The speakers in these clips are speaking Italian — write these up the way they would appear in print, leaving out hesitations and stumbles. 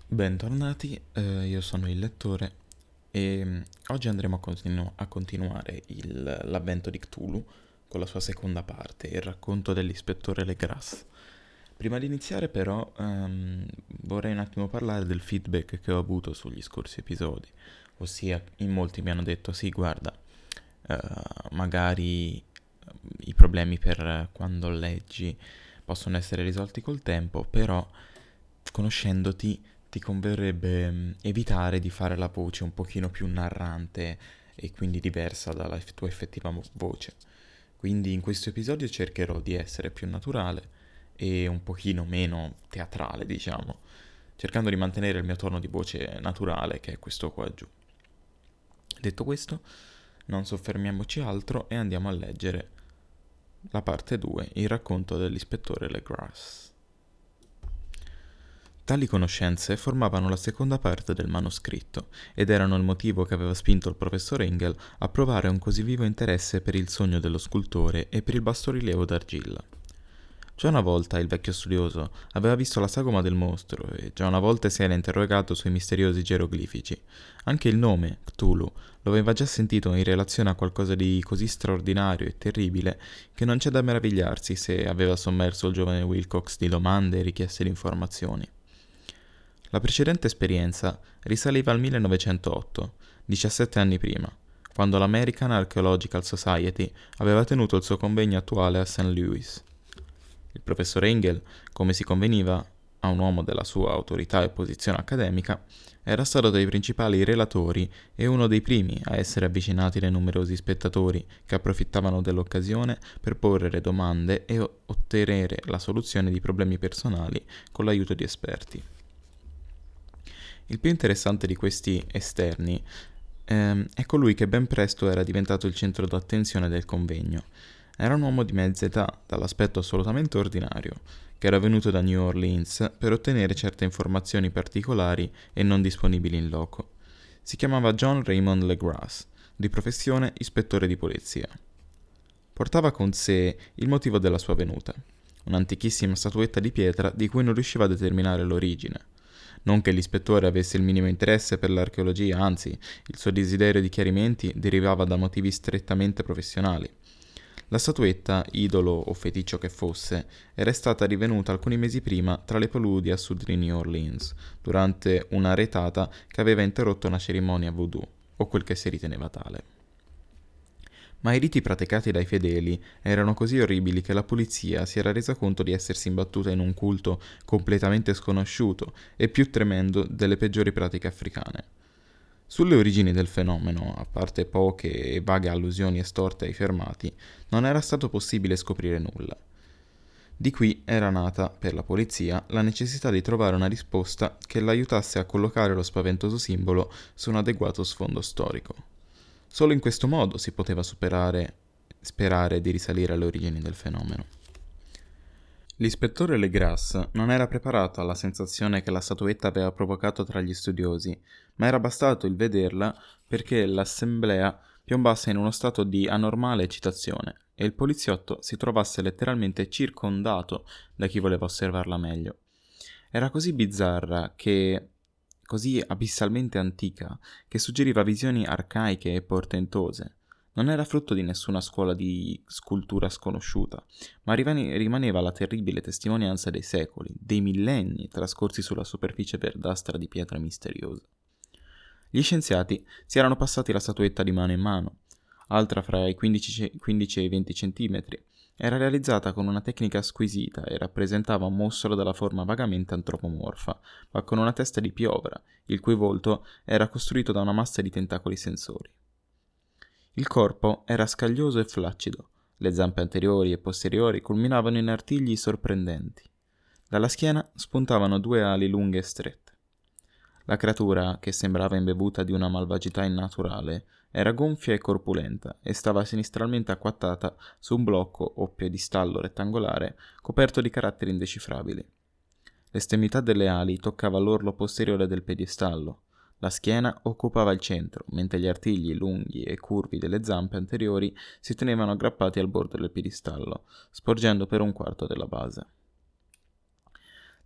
Bentornati, io sono il lettore e oggi andremo a continuare l'avvento di Cthulhu con la sua seconda parte, il racconto dell'ispettore Legras. Prima di iniziare però vorrei un attimo parlare del feedback che ho avuto sugli scorsi episodi, ossia in molti mi hanno detto sì, guarda, eh, magari i problemi per quando leggi possono essere risolti col tempo, però conoscendoti ti converrebbe evitare di fare la voce un pochino più narrante e quindi diversa dalla tua effettiva voce. Quindi in questo episodio cercherò di essere più naturale e un pochino meno teatrale, diciamo, cercando di mantenere il mio tono di voce naturale, che è questo qua giù. Detto questo, non soffermiamoci altro e andiamo a leggere la parte 2, il racconto dell'ispettore Legras. Tali conoscenze formavano la seconda parte del manoscritto ed erano il motivo che aveva spinto il professor Engel a provare un così vivo interesse per il sogno dello scultore e per il bassorilievo d'argilla. Già una volta il vecchio studioso aveva visto la sagoma del mostro e già una volta si era interrogato sui misteriosi geroglifici. Anche il nome, Cthulhu, lo aveva già sentito in relazione a qualcosa di così straordinario e terribile che non c'è da meravigliarsi se aveva sommerso il giovane Wilcox di domande e richieste di informazioni. La precedente esperienza risaliva al 1908, 17 anni prima, quando l'American Archaeological Society aveva tenuto il suo convegno attuale a St. Louis. Il professor Engel, come si conveniva a un uomo della sua autorità e posizione accademica, era stato dei principali relatori e uno dei primi a essere avvicinati dai numerosi spettatori che approfittavano dell'occasione per porre domande e ottenere la soluzione di problemi personali con l'aiuto di esperti. Il più interessante di questi esterni è colui che ben presto era diventato il centro d'attenzione del convegno. Era un uomo di mezza età, dall'aspetto assolutamente ordinario, che era venuto da New Orleans per ottenere certe informazioni particolari e non disponibili in loco. Si chiamava John Raymond Legras, di professione ispettore di polizia. Portava con sé il motivo della sua venuta, un'antichissima statuetta di pietra di cui non riusciva a determinare l'origine. Non che l'ispettore avesse il minimo interesse per l'archeologia, anzi, il suo desiderio di chiarimenti derivava da motivi strettamente professionali. La statuetta, idolo o feticcio che fosse, era stata rivenuta alcuni mesi prima tra le paludi a sud di New Orleans, durante una retata che aveva interrotto una cerimonia voodoo, o quel che si riteneva tale. Ma i riti praticati dai fedeli erano così orribili che la polizia si era resa conto di essersi imbattuta in un culto completamente sconosciuto e più tremendo delle peggiori pratiche africane. Sulle origini del fenomeno, a parte poche e vaghe allusioni estorte ai fermati, non era stato possibile scoprire nulla. Di qui era nata, per la polizia, la necessità di trovare una risposta che l'aiutasse a collocare lo spaventoso simbolo su un adeguato sfondo storico. Solo in questo modo si poteva sperare di risalire alle origini del fenomeno. L'ispettore Legras non era preparato alla sensazione che la statuetta aveva provocato tra gli studiosi, ma era bastato il vederla perché l'assemblea piombasse in uno stato di anormale eccitazione e il poliziotto si trovasse letteralmente circondato da chi voleva osservarla meglio. Era così bizzarra così abissalmente antica, che suggeriva visioni arcaiche e portentose. Non era frutto di nessuna scuola di scultura sconosciuta, ma rimaneva la terribile testimonianza dei secoli, dei millenni trascorsi sulla superficie verdastra di pietra misteriosa. Gli scienziati si erano passati la statuetta di mano in mano, altra fra i 15 e i 20 centimetri. Era realizzata con una tecnica squisita e rappresentava un mostro dalla forma vagamente antropomorfa, ma con una testa di piovra, il cui volto era costruito da una massa di tentacoli sensori. Il corpo era scaglioso e flaccido, le zampe anteriori e posteriori culminavano in artigli sorprendenti. Dalla schiena spuntavano due ali lunghe e strette. La creatura, che sembrava imbevuta di una malvagità innaturale, era gonfia e corpulenta e stava sinistralmente acquattata su un blocco o piedistallo rettangolare coperto di caratteri indecifrabili. L'estremità delle ali toccava l'orlo posteriore del piedistallo. La schiena occupava il centro, mentre gli artigli lunghi e curvi delle zampe anteriori si tenevano aggrappati al bordo del piedistallo, sporgendo per un quarto della base.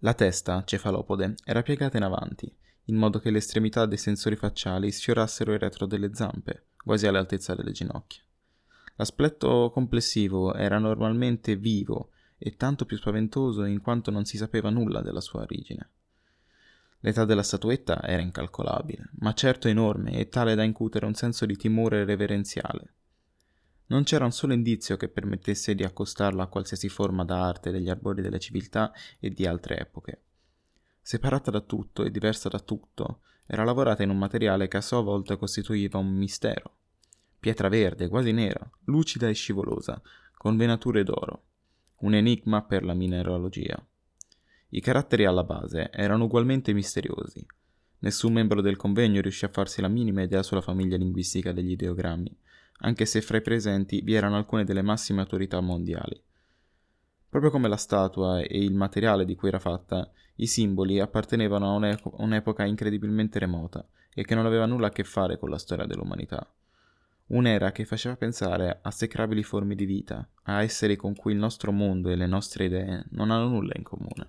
La testa, cefalopode, era piegata in avanti, in modo che le estremità dei sensori facciali sfiorassero il retro delle zampe, quasi all'altezza delle ginocchia. L'aspetto complessivo era normalmente vivo e tanto più spaventoso in quanto non si sapeva nulla della sua origine. L'età della statuetta era incalcolabile, ma certo enorme e tale da incutere un senso di timore reverenziale. Non c'era un solo indizio che permettesse di accostarla a qualsiasi forma d'arte degli arbori delle civiltà e di altre epoche. Separata da tutto e diversa da tutto, era lavorata in un materiale che a sua volta costituiva un mistero. Pietra verde, quasi nera, lucida e scivolosa, con venature d'oro. Un enigma per la mineralogia. I caratteri alla base erano ugualmente misteriosi. Nessun membro del convegno riuscì a farsi la minima idea sulla famiglia linguistica degli ideogrammi, anche se fra i presenti vi erano alcune delle massime autorità mondiali. Proprio come la statua e il materiale di cui era fatta, i simboli appartenevano a un'epoca incredibilmente remota e che non aveva nulla a che fare con la storia dell'umanità. Un'era che faceva pensare a esecrabili forme di vita, a esseri con cui il nostro mondo e le nostre idee non hanno nulla in comune.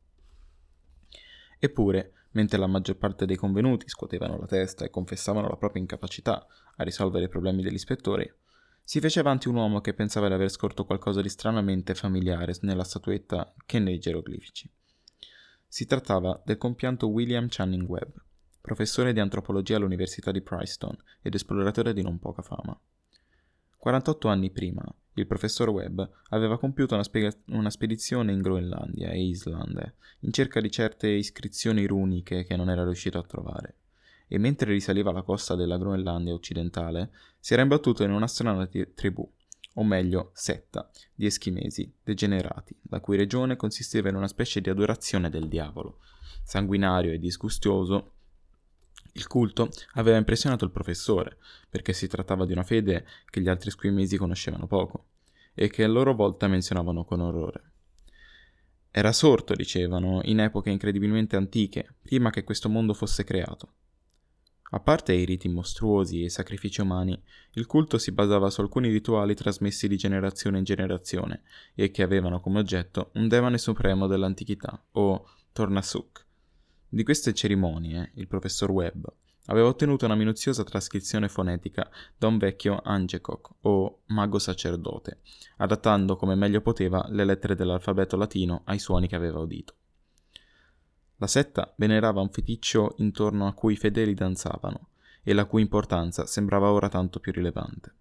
Eppure, mentre la maggior parte dei convenuti scuotevano la testa e confessavano la propria incapacità a risolvere i problemi degli ispettori, si fece avanti un uomo che pensava di aver scorto qualcosa di stranamente familiare nella statuetta che nei geroglifici. Si trattava del compianto William Channing Webb, professore di antropologia all'Università di Princeton ed esploratore di non poca fama. 48 anni prima, il professor Webb aveva compiuto una spedizione in Groenlandia e Islande in cerca di certe iscrizioni runiche che non era riuscito a trovare, e mentre risaliva la costa della Groenlandia occidentale si era imbattuto in una strana tribù, o meglio setta, di eschimesi degenerati, la cui regione consisteva in una specie di adorazione del diavolo. Sanguinario e disgustoso, il culto aveva impressionato il professore, perché si trattava di una fede che gli altri esquimesi conoscevano poco, e che a loro volta menzionavano con orrore. Era sorto, dicevano, in epoche incredibilmente antiche, prima che questo mondo fosse creato. A parte i riti mostruosi e i sacrifici umani, il culto si basava su alcuni rituali trasmessi di generazione in generazione e che avevano come oggetto un demone supremo dell'antichità, o Tornasuk. Di queste cerimonie, il professor Webb aveva ottenuto una minuziosa trascrizione fonetica da un vecchio Angekok, o mago sacerdote, adattando come meglio poteva le lettere dell'alfabeto latino ai suoni che aveva udito. La setta venerava un feticcio intorno a cui i fedeli danzavano, e la cui importanza sembrava ora tanto più rilevante.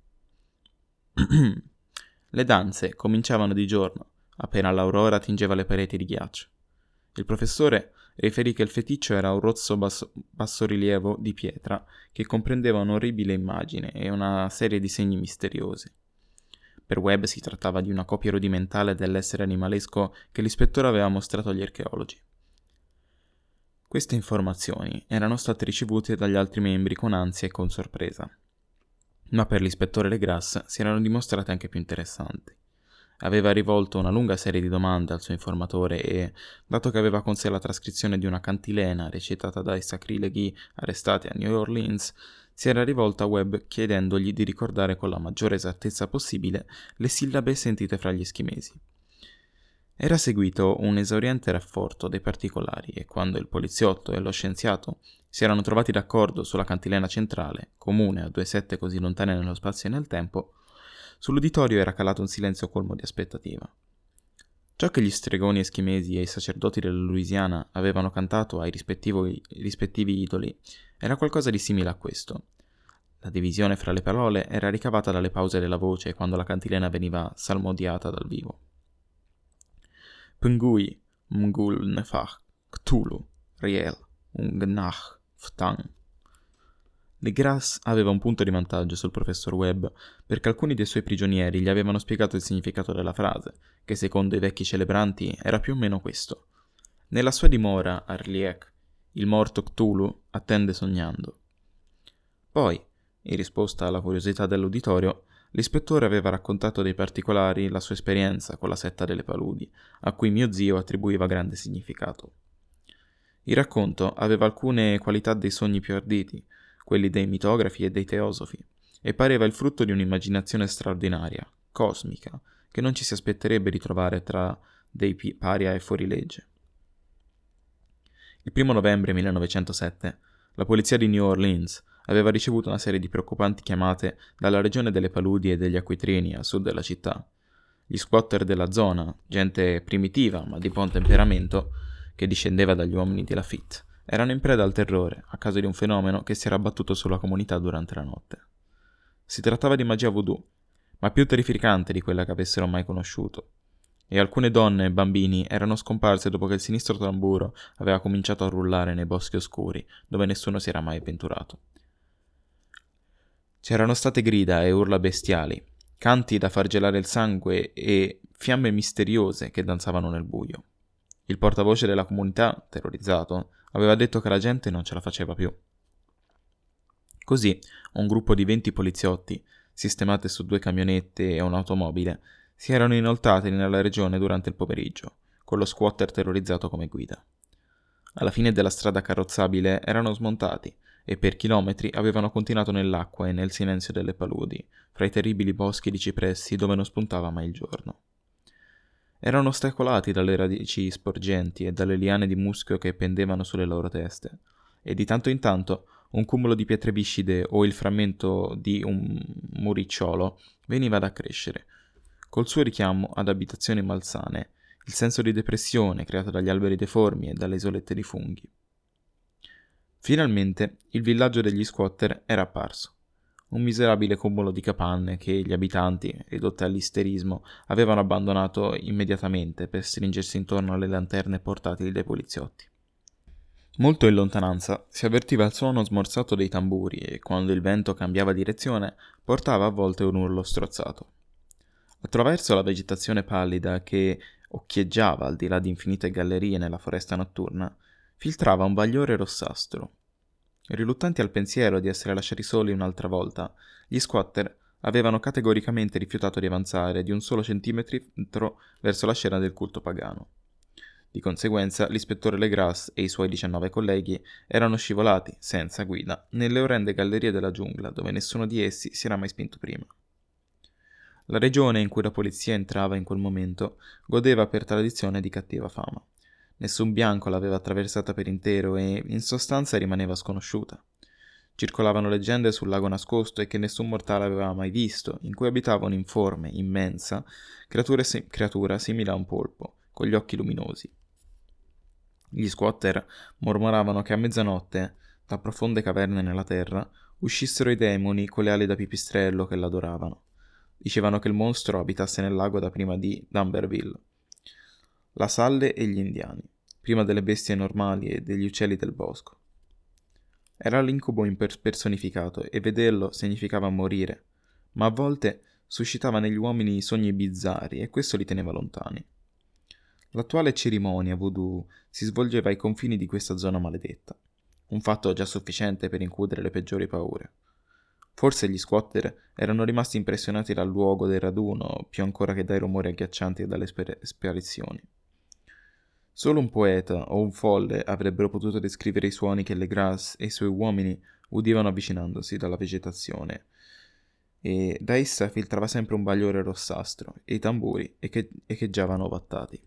Le danze cominciavano di giorno, appena l'aurora tingeva le pareti di ghiaccio. Il professore riferì che il feticcio era un rozzo bassorilievo di pietra che comprendeva un'orribile immagine e una serie di segni misteriosi. Per Webb si trattava di una copia rudimentale dell'essere animalesco che l'ispettore aveva mostrato agli archeologi. Queste informazioni erano state ricevute dagli altri membri con ansia e con sorpresa, ma per l'ispettore Legras si erano dimostrate anche più interessanti. Aveva rivolto una lunga serie di domande al suo informatore e, dato che aveva con sé la trascrizione di una cantilena recitata dai sacrileghi arrestati a New Orleans, si era rivolto a Webb chiedendogli di ricordare con la maggiore esattezza possibile le sillabe sentite fra gli eschimesi. Era seguito un esauriente rafforto dei particolari e quando il poliziotto e lo scienziato si erano trovati d'accordo sulla cantilena centrale, comune a due sette così lontane nello spazio e nel tempo, sull'uditorio era calato un silenzio colmo di aspettativa. Ciò che gli stregoni eschimesi e i sacerdoti della Louisiana avevano cantato ai rispettivi idoli era qualcosa di simile a questo. La divisione fra le parole era ricavata dalle pause della voce quando la cantilena veniva salmodiata dal vivo. Pungui, Mngul Nefach, Cthulhu, Riel, Ungnach, Ftang. Legras aveva un punto di vantaggio sul professor Webb perché alcuni dei suoi prigionieri gli avevano spiegato il significato della frase, che secondo i vecchi celebranti era più o meno questo. Nella sua dimora, a Rliek, il morto Cthulhu attende sognando. Poi, in risposta alla curiosità dell'uditorio, l'ispettore aveva raccontato dei particolari la sua esperienza con la setta delle paludi, a cui mio zio attribuiva grande significato. Il racconto aveva alcune qualità dei sogni più arditi, quelli dei mitografi e dei teosofi, e pareva il frutto di un'immaginazione straordinaria, cosmica, che non ci si aspetterebbe di trovare tra dei paria e fuorilegge. Il 1 novembre 1907 la polizia di New Orleans aveva ricevuto una serie di preoccupanti chiamate dalla regione delle paludi e degli acquitrini a sud della città. Gli squatter della zona, gente primitiva ma di buon temperamento, che discendeva dagli uomini di Lafitte, erano in preda al terrore a causa di un fenomeno che si era abbattuto sulla comunità durante la notte. Si trattava di magia voodoo, ma più terrificante di quella che avessero mai conosciuto, e alcune donne e bambini erano scomparse dopo che il sinistro tamburo aveva cominciato a rullare nei boschi oscuri dove nessuno si era mai avventurato. C'erano state grida e urla bestiali, canti da far gelare il sangue e fiamme misteriose che danzavano nel buio. Il portavoce della comunità, terrorizzato, aveva detto che la gente non ce la faceva più. Così, un gruppo di 20 poliziotti, sistemate su 2 camionette e un'automobile, si erano inoltrati nella regione durante il pomeriggio, con lo squatter terrorizzato come guida. Alla fine della strada carrozzabile erano smontati e per chilometri avevano continuato nell'acqua e nel silenzio delle paludi, fra i terribili boschi di cipressi dove non spuntava mai il giorno. Erano ostacolati dalle radici sporgenti e dalle liane di muschio che pendevano sulle loro teste, e di tanto in tanto un cumulo di pietre viscide o il frammento di un muricciolo veniva ad accrescere, col suo richiamo ad abitazioni malsane, il senso di depressione creato dagli alberi deformi e dalle isolette di funghi. Finalmente il villaggio degli squatter era apparso. Un miserabile cumulo di capanne che gli abitanti, ridotti all'isterismo, avevano abbandonato immediatamente per stringersi intorno alle lanterne portatili dai poliziotti. Molto in lontananza si avvertiva il suono smorzato dei tamburi e quando il vento cambiava direzione portava a volte un urlo strozzato. Attraverso la vegetazione pallida che occhieggiava al di là di infinite gallerie nella foresta notturna, filtrava un bagliore rossastro. Riluttanti al pensiero di essere lasciati soli un'altra volta, gli squatter avevano categoricamente rifiutato di avanzare di un solo centimetro verso la scena del culto pagano. Di conseguenza, l'ispettore Legras e i suoi 19 colleghi erano scivolati, senza guida, nelle orrende gallerie della giungla dove nessuno di essi si era mai spinto prima. La regione in cui la polizia entrava in quel momento godeva per tradizione di cattiva fama. Nessun bianco l'aveva attraversata per intero e, in sostanza, rimaneva sconosciuta. Circolavano leggende sul lago nascosto e che nessun mortale aveva mai visto, in cui abitava un'informe, immensa, creatura simile a un polpo, con gli occhi luminosi. Gli squatter mormoravano che a mezzanotte, da profonde caverne nella terra, uscissero i demoni con le ali da pipistrello che l'adoravano. Dicevano che il mostro abitasse nel lago da prima di D'Amberville. La Salle e gli indiani, prima delle bestie normali e degli uccelli del bosco. Era l'incubo personificato e vederlo significava morire, ma a volte suscitava negli uomini sogni bizzarri e questo li teneva lontani. L'attuale cerimonia voodoo si svolgeva ai confini di questa zona maledetta, un fatto già sufficiente per incudere le peggiori paure. Forse gli squatter erano rimasti impressionati dal luogo del raduno, più ancora che dai rumori agghiaccianti e dalle sparizioni. Solo un poeta o un folle avrebbero potuto descrivere i suoni che Legras e i suoi uomini udivano avvicinandosi dalla vegetazione, e da essa filtrava sempre un bagliore rossastro, e i tamburi echeggiavano ovattati.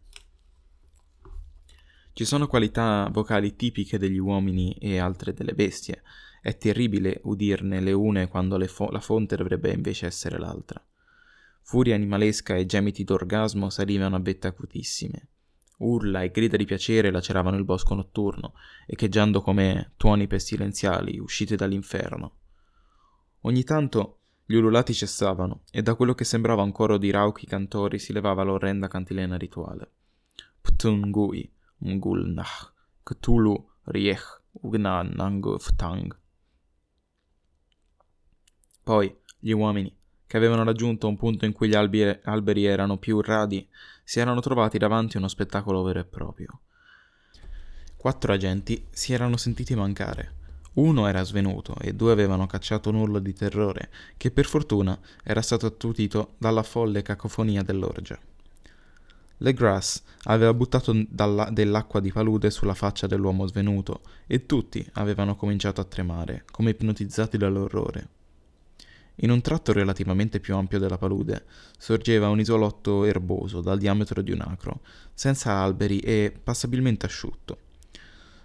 Ci sono qualità vocali tipiche degli uomini e altre delle bestie. È terribile udirne le une quando la fonte dovrebbe invece essere l'altra. Furia animalesca e gemiti d'orgasmo salivano a vette acutissime. Urla e grida di piacere laceravano il bosco notturno, echeggiando come tuoni pestilenziali usciti dall'inferno. Ogni tanto gli ululati cessavano e da quello che sembrava un coro di rauchi cantori si levava l'orrenda cantilena rituale. Ptungui, Mgulnach, Cthulhu, Riech, Ugna, Nangu, Ftang. Poi gli uomini, che avevano raggiunto un punto in cui gli alberi erano più radi, si erano trovati davanti a uno spettacolo vero e proprio. 4 agenti si erano sentiti mancare. 1 era svenuto e 2 avevano cacciato un urlo di terrore che per fortuna era stato attutito dalla folle cacofonia dell'orgia. Legras aveva buttato dell'acqua di palude sulla faccia dell'uomo svenuto e tutti avevano cominciato a tremare, come ipnotizzati dall'orrore. In un tratto relativamente più ampio della palude sorgeva un isolotto erboso dal diametro di un acro, senza alberi e passabilmente asciutto.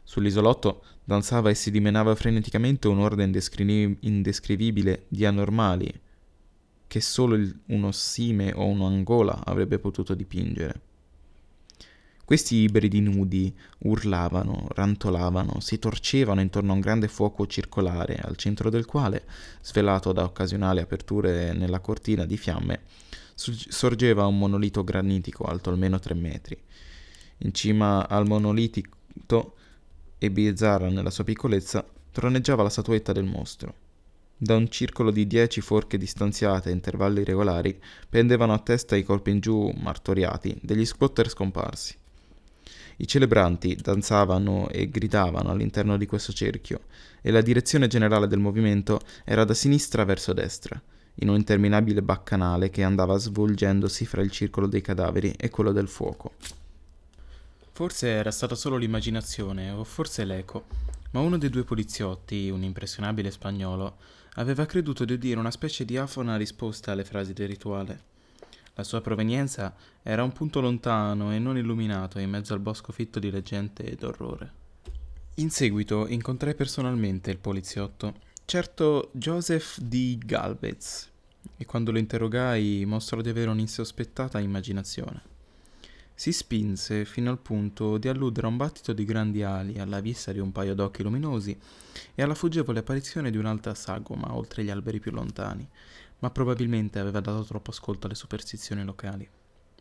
Sull'isolotto danzava e si dimenava freneticamente un'orda indescrivibile di anormali che solo uno Sime o un'Angola avrebbe potuto dipingere. Questi ibridi nudi urlavano, rantolavano, si torcevano intorno a un grande fuoco circolare, al centro del quale, svelato da occasionali aperture nella cortina di fiamme, sorgeva un monolito granitico alto almeno 3 metri. In cima al monolito, e bizzarra nella sua piccolezza, troneggiava la statuetta del mostro. Da un circolo di 10 forche distanziate a intervalli regolari pendevano a testa i colpi in giù martoriati degli squatter scomparsi. I celebranti danzavano e gridavano all'interno di questo cerchio e la direzione generale del movimento era da sinistra verso destra, in un interminabile baccanale che andava svolgendosi fra il circolo dei cadaveri e quello del fuoco. Forse era stata solo l'immaginazione, o forse l'eco, ma uno dei due poliziotti, un impressionabile spagnolo, aveva creduto di udire una specie di afona risposta alle frasi del rituale. La sua provenienza era un punto lontano e non illuminato in mezzo al bosco fitto di leggende ed orrore. In seguito incontrai personalmente il poliziotto, certo Joseph D. Galvez, e quando lo interrogai mostrò di avere un'insospettata immaginazione. Si spinse fino al punto di alludere a un battito di grandi ali, alla vista di un paio d'occhi luminosi e alla fuggevole apparizione di un'altra sagoma oltre gli alberi più lontani, ma probabilmente aveva dato troppo ascolto alle superstizioni locali.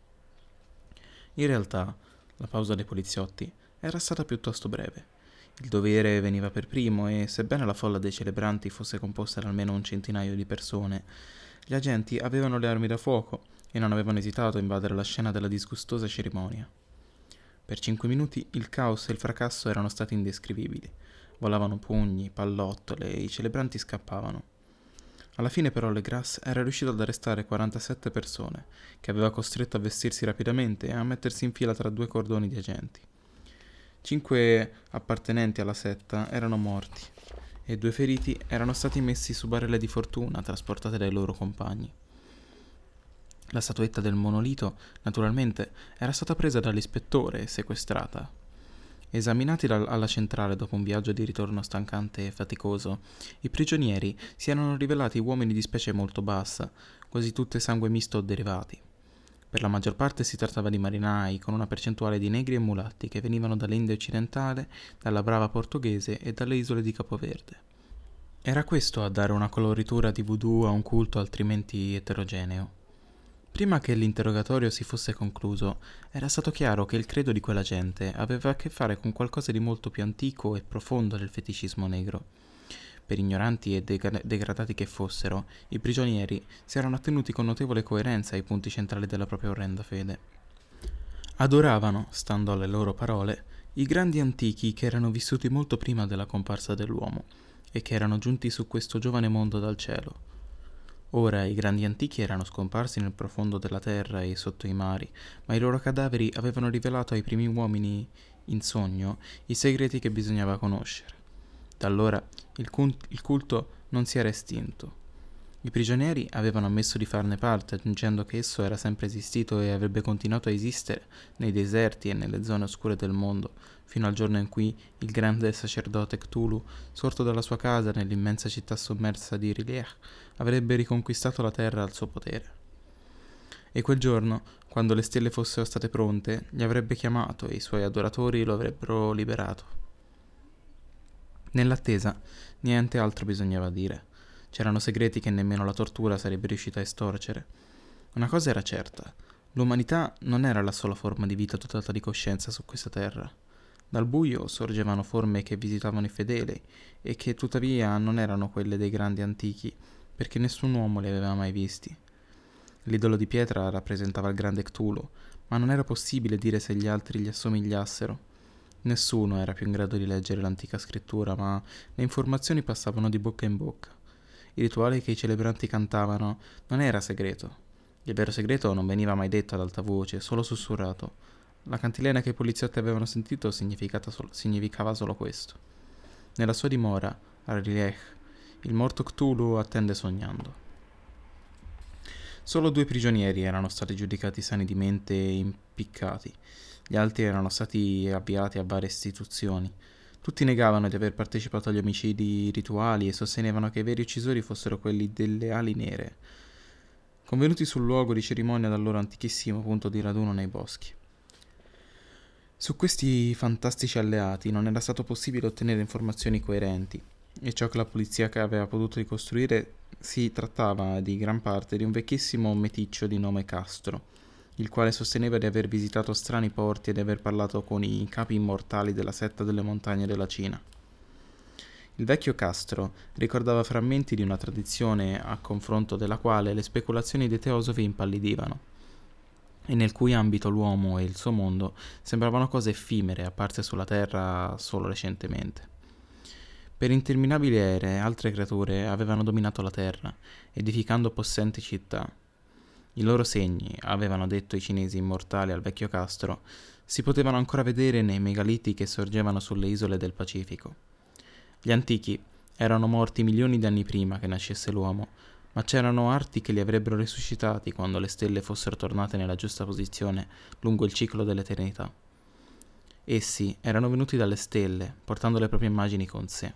In realtà, la pausa dei poliziotti era stata piuttosto breve. Il dovere veniva per primo e, sebbene la folla dei celebranti fosse composta da almeno un centinaio di persone, gli agenti avevano le armi da fuoco e non avevano esitato a invadere la scena della disgustosa cerimonia. Per 5 minuti il caos e il fracasso erano stati indescrivibili. Volavano pugni, pallottole e i celebranti scappavano. Alla fine però Legras era riuscito ad arrestare 47 persone, che aveva costretto a vestirsi rapidamente e a mettersi in fila tra 2 cordoni di agenti. 5 appartenenti alla setta erano morti e 2 feriti erano stati messi su barelle di fortuna trasportate dai loro compagni. La statuetta del monolito, naturalmente, era stata presa dall'ispettore e sequestrata. Esaminati alla centrale dopo un viaggio di ritorno stancante e faticoso, i prigionieri si erano rivelati uomini di specie molto bassa, quasi tutte sangue misto o derivati. Per la maggior parte si trattava di marinai, con una percentuale di negri e mulatti che venivano dall'India occidentale, dalla Brava portoghese e dalle isole di Capoverde. Era questo a dare una coloritura di voodoo a un culto altrimenti eterogeneo. Prima che l'interrogatorio si fosse concluso, era stato chiaro che il credo di quella gente aveva a che fare con qualcosa di molto più antico e profondo del feticismo negro. Per ignoranti e degradati che fossero, i prigionieri si erano attenuti con notevole coerenza ai punti centrali della propria orrenda fede. Adoravano, stando alle loro parole, i grandi antichi che erano vissuti molto prima della comparsa dell'uomo e che erano giunti su questo giovane mondo dal cielo. Ora i grandi antichi erano scomparsi nel profondo della terra e sotto i mari, ma i loro cadaveri avevano rivelato ai primi uomini in sogno i segreti che bisognava conoscere. Da allora il culto non si era estinto. I prigionieri avevano ammesso di farne parte, aggiungendo che esso era sempre esistito e avrebbe continuato a esistere nei deserti e nelle zone oscure del mondo, fino al giorno in cui il grande sacerdote Cthulhu, sorto dalla sua casa nell'immensa città sommersa di R'lyeh, avrebbe riconquistato la terra al suo potere. E quel giorno, quando le stelle fossero state pronte, li avrebbe chiamato e i suoi adoratori lo avrebbero liberato. Nell'attesa, niente altro bisognava dire. C'erano segreti che nemmeno la tortura sarebbe riuscita a estorcere. Una cosa era certa: l'umanità non era la sola forma di vita dotata di coscienza su questa terra. Dal buio sorgevano forme che visitavano i fedeli e che tuttavia non erano quelle dei grandi antichi, perché nessun uomo li aveva mai visti. L'idolo di pietra rappresentava il grande Cthulhu, ma non era possibile dire se gli altri gli assomigliassero. Nessuno era più in grado di leggere l'antica scrittura, ma le informazioni passavano di bocca in bocca. Il rituale che i celebranti cantavano non era segreto. Il vero segreto non veniva mai detto ad alta voce, solo sussurrato. La cantilena che i poliziotti avevano sentito significava solo questo. Nella sua dimora, a R'lyeh, il morto Cthulhu attende sognando. Solo 2 prigionieri erano stati giudicati sani di mente e impiccati. Gli altri erano stati avviati a varie istituzioni. Tutti negavano di aver partecipato agli omicidi rituali e sostenevano che i veri uccisori fossero quelli delle ali nere, convenuti sul luogo di cerimonia dal loro antichissimo punto di raduno nei boschi. Su questi fantastici alleati non era stato possibile ottenere informazioni coerenti, e ciò che la polizia aveva potuto ricostruire si trattava di gran parte di un vecchissimo meticcio di nome Castro, il quale sosteneva di aver visitato strani porti e di aver parlato con i capi immortali della setta delle montagne della Cina. Il vecchio Castro ricordava frammenti di una tradizione a confronto della quale le speculazioni dei teosofi impallidivano, e nel cui ambito l'uomo e il suo mondo sembravano cose effimere apparse sulla Terra solo recentemente. Per interminabili ere altre creature avevano dominato la Terra, edificando possenti città. I loro segni, avevano detto i cinesi immortali al vecchio Castro, si potevano ancora vedere nei megaliti che sorgevano sulle isole del Pacifico. Gli antichi erano morti milioni di anni prima che nascesse l'uomo, ma c'erano arti che li avrebbero risuscitati quando le stelle fossero tornate nella giusta posizione lungo il ciclo dell'eternità. Essi erano venuti dalle stelle, portando le proprie immagini con sé.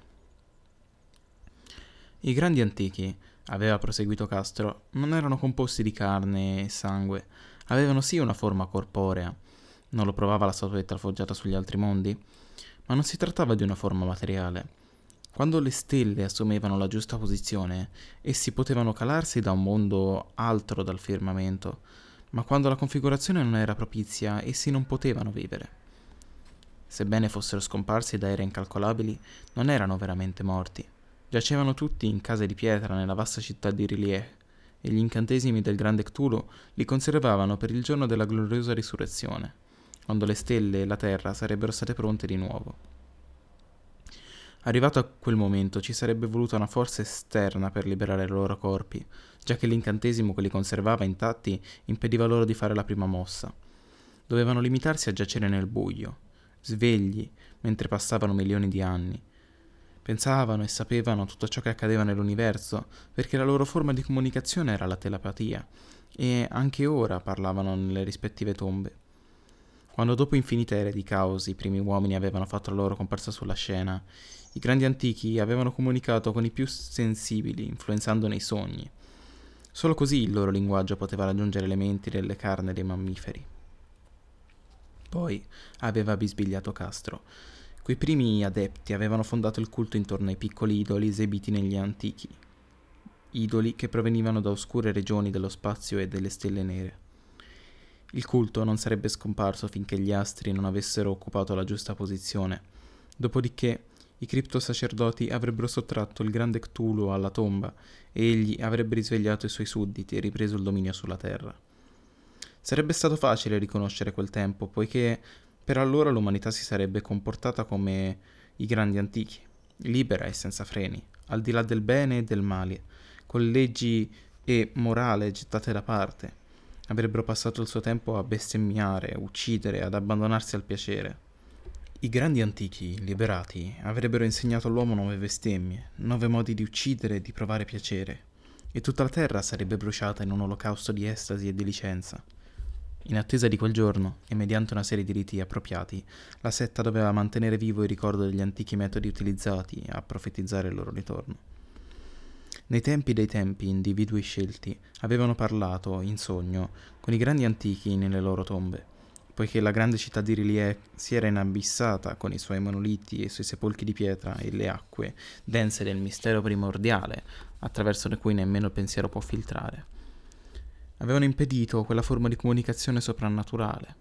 I grandi antichi, aveva proseguito Castro, non erano composti di carne e sangue, avevano sì una forma corporea, non lo provava la statuetta forgiata sugli altri mondi, ma non si trattava di una forma materiale. Quando le stelle assumevano la giusta posizione, essi potevano calarsi da un mondo altro dal firmamento, ma quando la configurazione non era propizia, essi non potevano vivere. Sebbene fossero scomparsi da ere incalcolabili, non erano veramente morti. Giacevano tutti in case di pietra nella vasta città di R'lyeh, e gli incantesimi del grande Cthulhu li conservavano per il giorno della gloriosa risurrezione, quando le stelle e la terra sarebbero state pronte di nuovo. Arrivato a quel momento ci sarebbe voluta una forza esterna per liberare i loro corpi, già che l'incantesimo che li conservava intatti impediva loro di fare la prima mossa. Dovevano limitarsi a giacere nel buio, svegli, mentre passavano milioni di anni. Pensavano e sapevano tutto ciò che accadeva nell'universo, perché la loro forma di comunicazione era la telepatia, e anche ora parlavano nelle rispettive tombe. Quando dopo infinite ere di caos i primi uomini avevano fatto la loro comparsa sulla scena, i grandi antichi avevano comunicato con i più sensibili, influenzando nei sogni. Solo così il loro linguaggio poteva raggiungere le menti delle carne dei mammiferi. Poi aveva bisbigliato Castro. Quei primi adepti avevano fondato il culto intorno ai piccoli idoli esibiti negli antichi, idoli che provenivano da oscure regioni dello spazio e delle stelle nere. Il culto non sarebbe scomparso finché gli astri non avessero occupato la giusta posizione. Dopodiché i criptosacerdoti avrebbero sottratto il grande Cthulhu alla tomba e egli avrebbe risvegliato i suoi sudditi e ripreso il dominio sulla terra. Sarebbe stato facile riconoscere quel tempo, poiché per allora l'umanità si sarebbe comportata come i grandi antichi, libera e senza freni, al di là del bene e del male, con leggi e morale gettate da parte. Avrebbero passato il suo tempo a bestemmiare, uccidere, ad abbandonarsi al piacere. I grandi antichi, liberati, avrebbero insegnato all'uomo nuove bestemmie, nuovi modi di uccidere e di provare piacere, e tutta la terra sarebbe bruciata in un olocausto di estasi e di licenza. In attesa di quel giorno, e mediante una serie di riti appropriati, la setta doveva mantenere vivo il ricordo degli antichi metodi utilizzati a profetizzare il loro ritorno. Nei tempi dei tempi, individui scelti avevano parlato, in sogno, con i grandi antichi nelle loro tombe, poiché la grande città di R'lyeh si era inabissata con i suoi monoliti e i suoi sepolchi di pietra e le acque, dense del mistero primordiale, attraverso le cui nemmeno il pensiero può filtrare. Avevano impedito quella forma di comunicazione soprannaturale.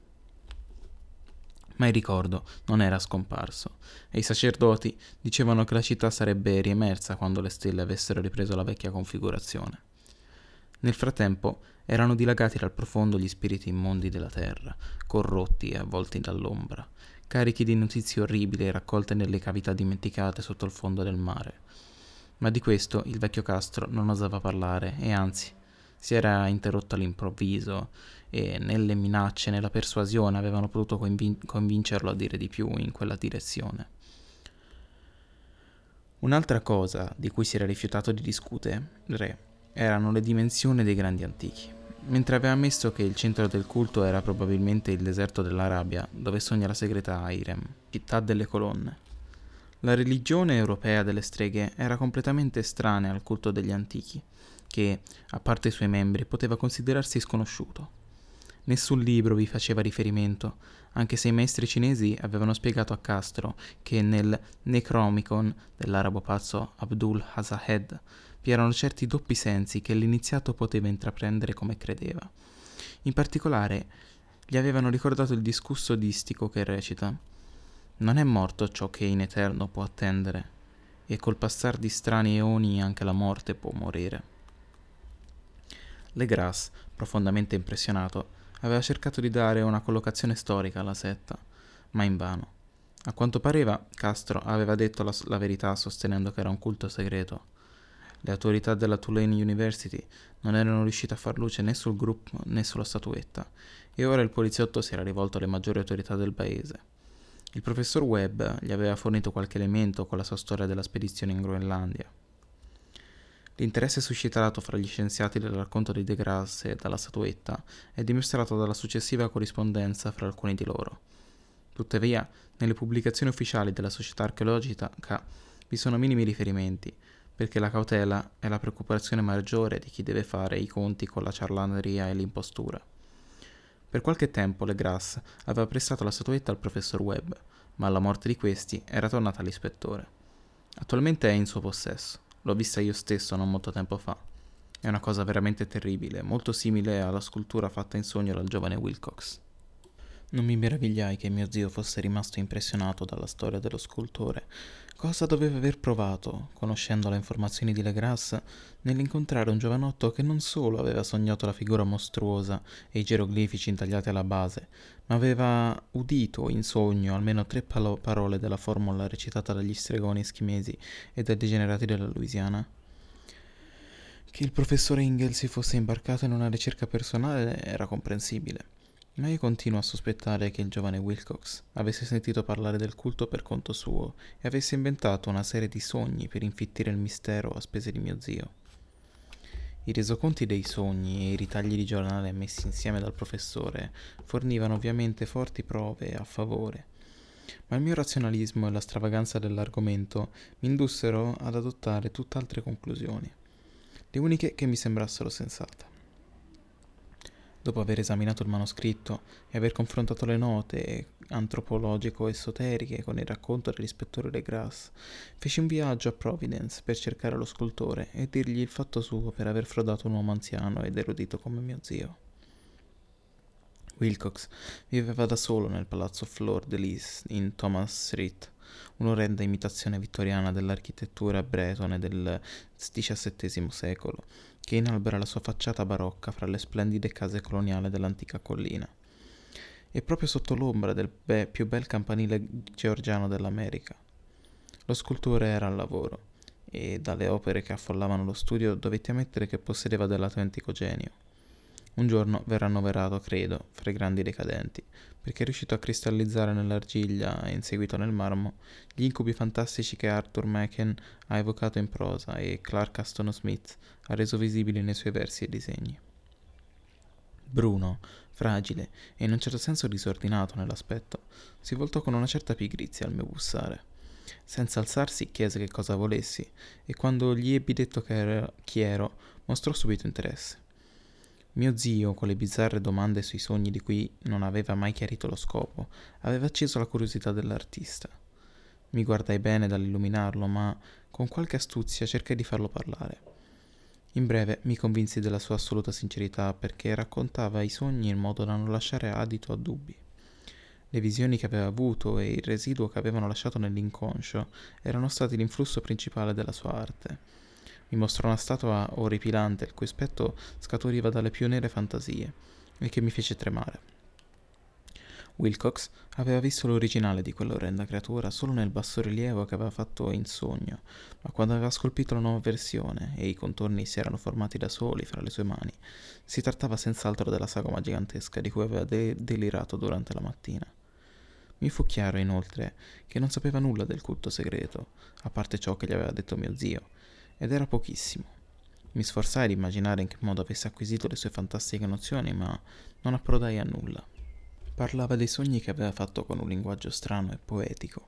Ma il ricordo non era scomparso, e i sacerdoti dicevano che la città sarebbe riemersa quando le stelle avessero ripreso la vecchia configurazione. Nel frattempo erano dilagati dal profondo gli spiriti immondi della terra, corrotti e avvolti dall'ombra, carichi di notizie orribili raccolte nelle cavità dimenticate sotto il fondo del mare. Ma di questo il vecchio Castro non osava parlare e anzi si era interrotto all'improvviso e nelle minacce, nella persuasione avevano potuto convincerlo a dire di più in quella direzione. Un'altra cosa di cui si era rifiutato di discutere erano le dimensioni dei grandi antichi, mentre aveva ammesso che il centro del culto era probabilmente il deserto dell'Arabia, dove sogna la segreta Irem, città delle colonne. La religione europea delle streghe era completamente estranea al culto degli antichi, che, a parte i suoi membri, poteva considerarsi sconosciuto. Nessun libro vi faceva riferimento, anche se i maestri cinesi avevano spiegato a Castro che nel Necronomicon dell'arabo pazzo Abdul Hasahed vi erano certi doppi sensi che l'iniziato poteva intraprendere come credeva. In particolare, gli avevano ricordato il discusso distico che recita: non è morto ciò che in eterno può attendere, e col passar di strani eoni anche la morte può morire. Legras, profondamente impressionato, aveva cercato di dare una collocazione storica alla setta, ma invano. A quanto pareva, Castro aveva detto la verità sostenendo che era un culto segreto. Le autorità della Tulane University non erano riuscite a far luce né sul gruppo né sulla statuetta, e ora il poliziotto si era rivolto alle maggiori autorità del paese. Il professor Webb gli aveva fornito qualche elemento con la sua storia della spedizione in Groenlandia. L'interesse suscitato fra gli scienziati dal racconto di De Grasse e dalla statuetta è dimostrato dalla successiva corrispondenza fra alcuni di loro. Tuttavia, nelle pubblicazioni ufficiali della Società Archeologica vi sono minimi riferimenti, perché la cautela è la preoccupazione maggiore di chi deve fare i conti con la ciarlaneria e l'impostura. Per qualche tempo Legras aveva prestato la statuetta al professor Webb, ma alla morte di questi era tornata all'ispettore. Attualmente è in suo possesso. L'ho vista io stesso non molto tempo fa. È una cosa veramente terribile, molto simile alla scultura fatta in sogno dal giovane Wilcox. Non mi meravigliai che mio zio fosse rimasto impressionato dalla storia dello scultore. Cosa doveva aver provato, conoscendo le informazioni di Legras, nell'incontrare un giovanotto che non solo aveva sognato la figura mostruosa e i geroglifici intagliati alla base, ma aveva udito in sogno almeno 3 parole della formula recitata dagli stregoni eschimesi e dai degenerati della Louisiana? Che il professore Ingle si fosse imbarcato in una ricerca personale era comprensibile. Ma io continuo a sospettare che il giovane Wilcox avesse sentito parlare del culto per conto suo e avesse inventato una serie di sogni per infittire il mistero a spese di mio zio. I resoconti dei sogni e i ritagli di giornale messi insieme dal professore fornivano ovviamente forti prove a favore, ma il mio razionalismo e la stravaganza dell'argomento mi indussero ad adottare tutt'altre conclusioni, le uniche che mi sembrassero sensate. Dopo aver esaminato il manoscritto e aver confrontato le note antropologico-esoteriche con il racconto dell'ispettore Legras, feci un viaggio a Providence per cercare lo scultore e dirgli il fatto suo per aver frodato un uomo anziano ed erudito come mio zio. Wilcox viveva da solo nel palazzo Fleur de Lis in Thomas Street, un'orrenda imitazione vittoriana dell'architettura bretone del XVII secolo, che inalbera la sua facciata barocca fra le splendide case coloniali dell'antica collina. E proprio sotto l'ombra del più bel campanile georgiano dell'America. Lo scultore era al lavoro, e dalle opere che affollavano lo studio dovetti ammettere che possedeva dell'autentico genio. Un giorno verrà annoverato, credo, fra i grandi decadenti, perché è riuscito a cristallizzare nell'argilla e in seguito nel marmo gli incubi fantastici che Arthur Machen ha evocato in prosa e Clark Aston Smith ha reso visibili nei suoi versi e disegni. Bruno, fragile e in un certo senso disordinato nell'aspetto, si voltò con una certa pigrizia al mio bussare. Senza alzarsi chiese che cosa volessi e quando gli ebbi detto chi ero, mostrò subito interesse. Mio zio, con le bizzarre domande sui sogni di cui non aveva mai chiarito lo scopo, aveva acceso la curiosità dell'artista. Mi guardai bene dall'illuminarlo, ma con qualche astuzia cercai di farlo parlare. In breve mi convinsi della sua assoluta sincerità perché raccontava i sogni in modo da non lasciare adito a dubbi. Le visioni che aveva avuto e il residuo che avevano lasciato nell'inconscio erano stati l'influsso principale della sua arte. Mi mostrò una statua orripilante il cui aspetto scaturiva dalle più nere fantasie e che mi fece tremare. Wilcox aveva visto l'originale di quell'orrenda creatura solo nel bassorilievo che aveva fatto in sogno, ma quando aveva scolpito la nuova versione e i contorni si erano formati da soli fra le sue mani, si trattava senz'altro della sagoma gigantesca di cui aveva delirato durante la mattina. Mi fu chiaro, inoltre, che non sapeva nulla del culto segreto, a parte ciò che gli aveva detto mio zio, ed era pochissimo. Mi sforzai di immaginare in che modo avesse acquisito le sue fantastiche nozioni, ma non approdai a nulla. Parlava dei sogni che aveva fatto con un linguaggio strano e poetico,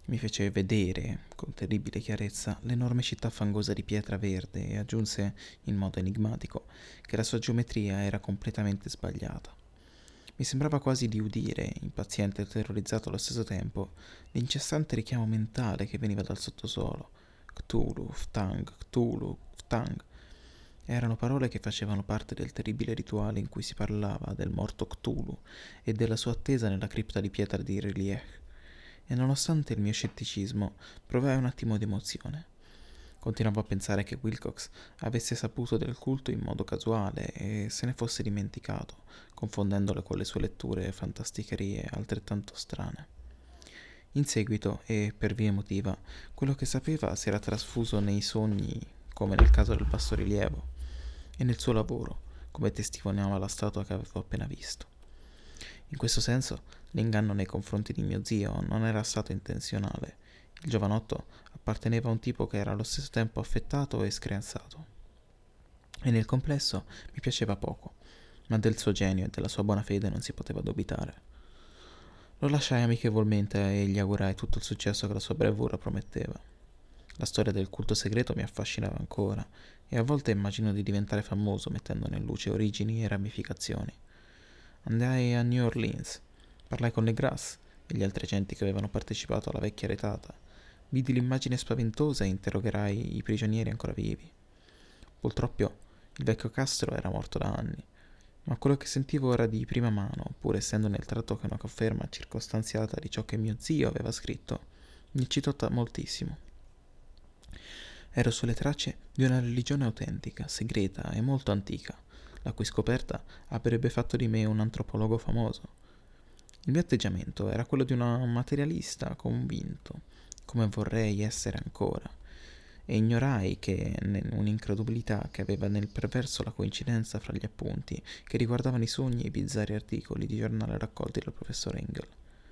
Mi fece vedere, con terribile chiarezza, l'enorme città fangosa di pietra verde e aggiunse, in modo enigmatico, che la sua geometria era completamente sbagliata. Mi sembrava quasi di udire, impaziente e terrorizzato allo stesso tempo, l'incessante richiamo mentale che veniva dal sottosuolo. Cthulhu, Ftang, Cthulhu, Ftang. Erano parole che facevano parte del terribile rituale in cui si parlava del morto Cthulhu e della sua attesa nella cripta di pietra di Relief. E nonostante il mio scetticismo, provai un attimo di emozione. Continuavo a pensare che Wilcox avesse saputo del culto in modo casuale e se ne fosse dimenticato, confondendole con le sue letture fantasticherie altrettanto strane. In seguito, e per via emotiva, quello che sapeva si era trasfuso nei sogni, come nel caso del bassorilievo, e nel suo lavoro, come testimoniava la statua che avevo appena visto. In questo senso, l'inganno nei confronti di mio zio non era stato intenzionale. Il giovanotto apparteneva a un tipo che era allo stesso tempo affettato e screanzato. E nel complesso mi piaceva poco, ma del suo genio e della sua buona fede non si poteva dubitare. Lo lasciai amichevolmente e gli augurai tutto il successo che la sua bravura prometteva. La storia del culto segreto mi affascinava ancora e a volte immagino di diventare famoso mettendone in luce origini e ramificazioni. Andai a New Orleans, parlai con Legras e gli altri agenti che avevano partecipato alla vecchia retata. Vidi l'immagine spaventosa e interrogai i prigionieri ancora vivi. Purtroppo il vecchio Castro era morto da anni, ma quello che sentivo era di prima mano, pur essendo nel tratto che una conferma circostanziata di ciò che mio zio aveva scritto, mi eccitò moltissimo. Ero sulle tracce di una religione autentica, segreta e molto antica, la cui scoperta avrebbe fatto di me un antropologo famoso. Il mio atteggiamento era quello di un materialista convinto, come vorrei essere ancora, e ignorai che un'incredulità che aveva nel perverso la coincidenza fra gli appunti che riguardavano i sogni e i bizzarri articoli di giornale raccolti dal professor Engel.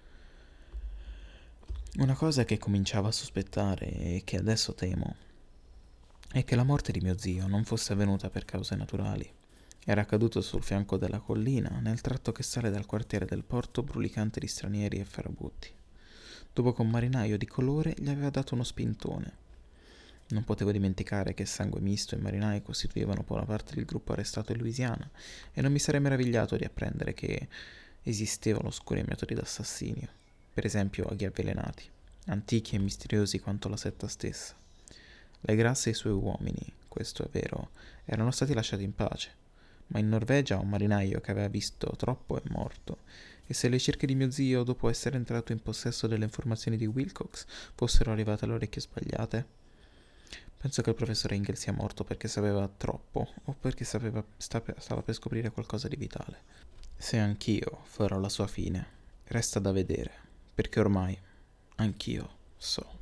Una cosa che cominciavo a sospettare e che adesso temo è che la morte di mio zio non fosse avvenuta per cause naturali. Era accaduto sul fianco della collina, nel tratto che sale dal quartiere del porto brulicante di stranieri e farabutti. Dopo che un marinaio di colore gli aveva dato uno spintone. Non potevo dimenticare che sangue misto e marinai costituivano buona parte del gruppo arrestato in Louisiana e non mi sarei meravigliato di apprendere che esistevano oscuri metodi d'assassinio, per esempio aghi avvelenati, antichi e misteriosi quanto la setta stessa. Legras e i suoi uomini, questo è vero, erano stati lasciati in pace, ma in Norvegia un marinaio che aveva visto troppo è morto, e se le ricerche di mio zio, dopo essere entrato in possesso delle informazioni di Wilcox, fossero arrivate alle orecchie sbagliate? Penso che il professor Engel sia morto perché sapeva troppo, o perché stava per scoprire qualcosa di vitale. Se anch'io farò la sua fine, resta da vedere, perché ormai anch'io so.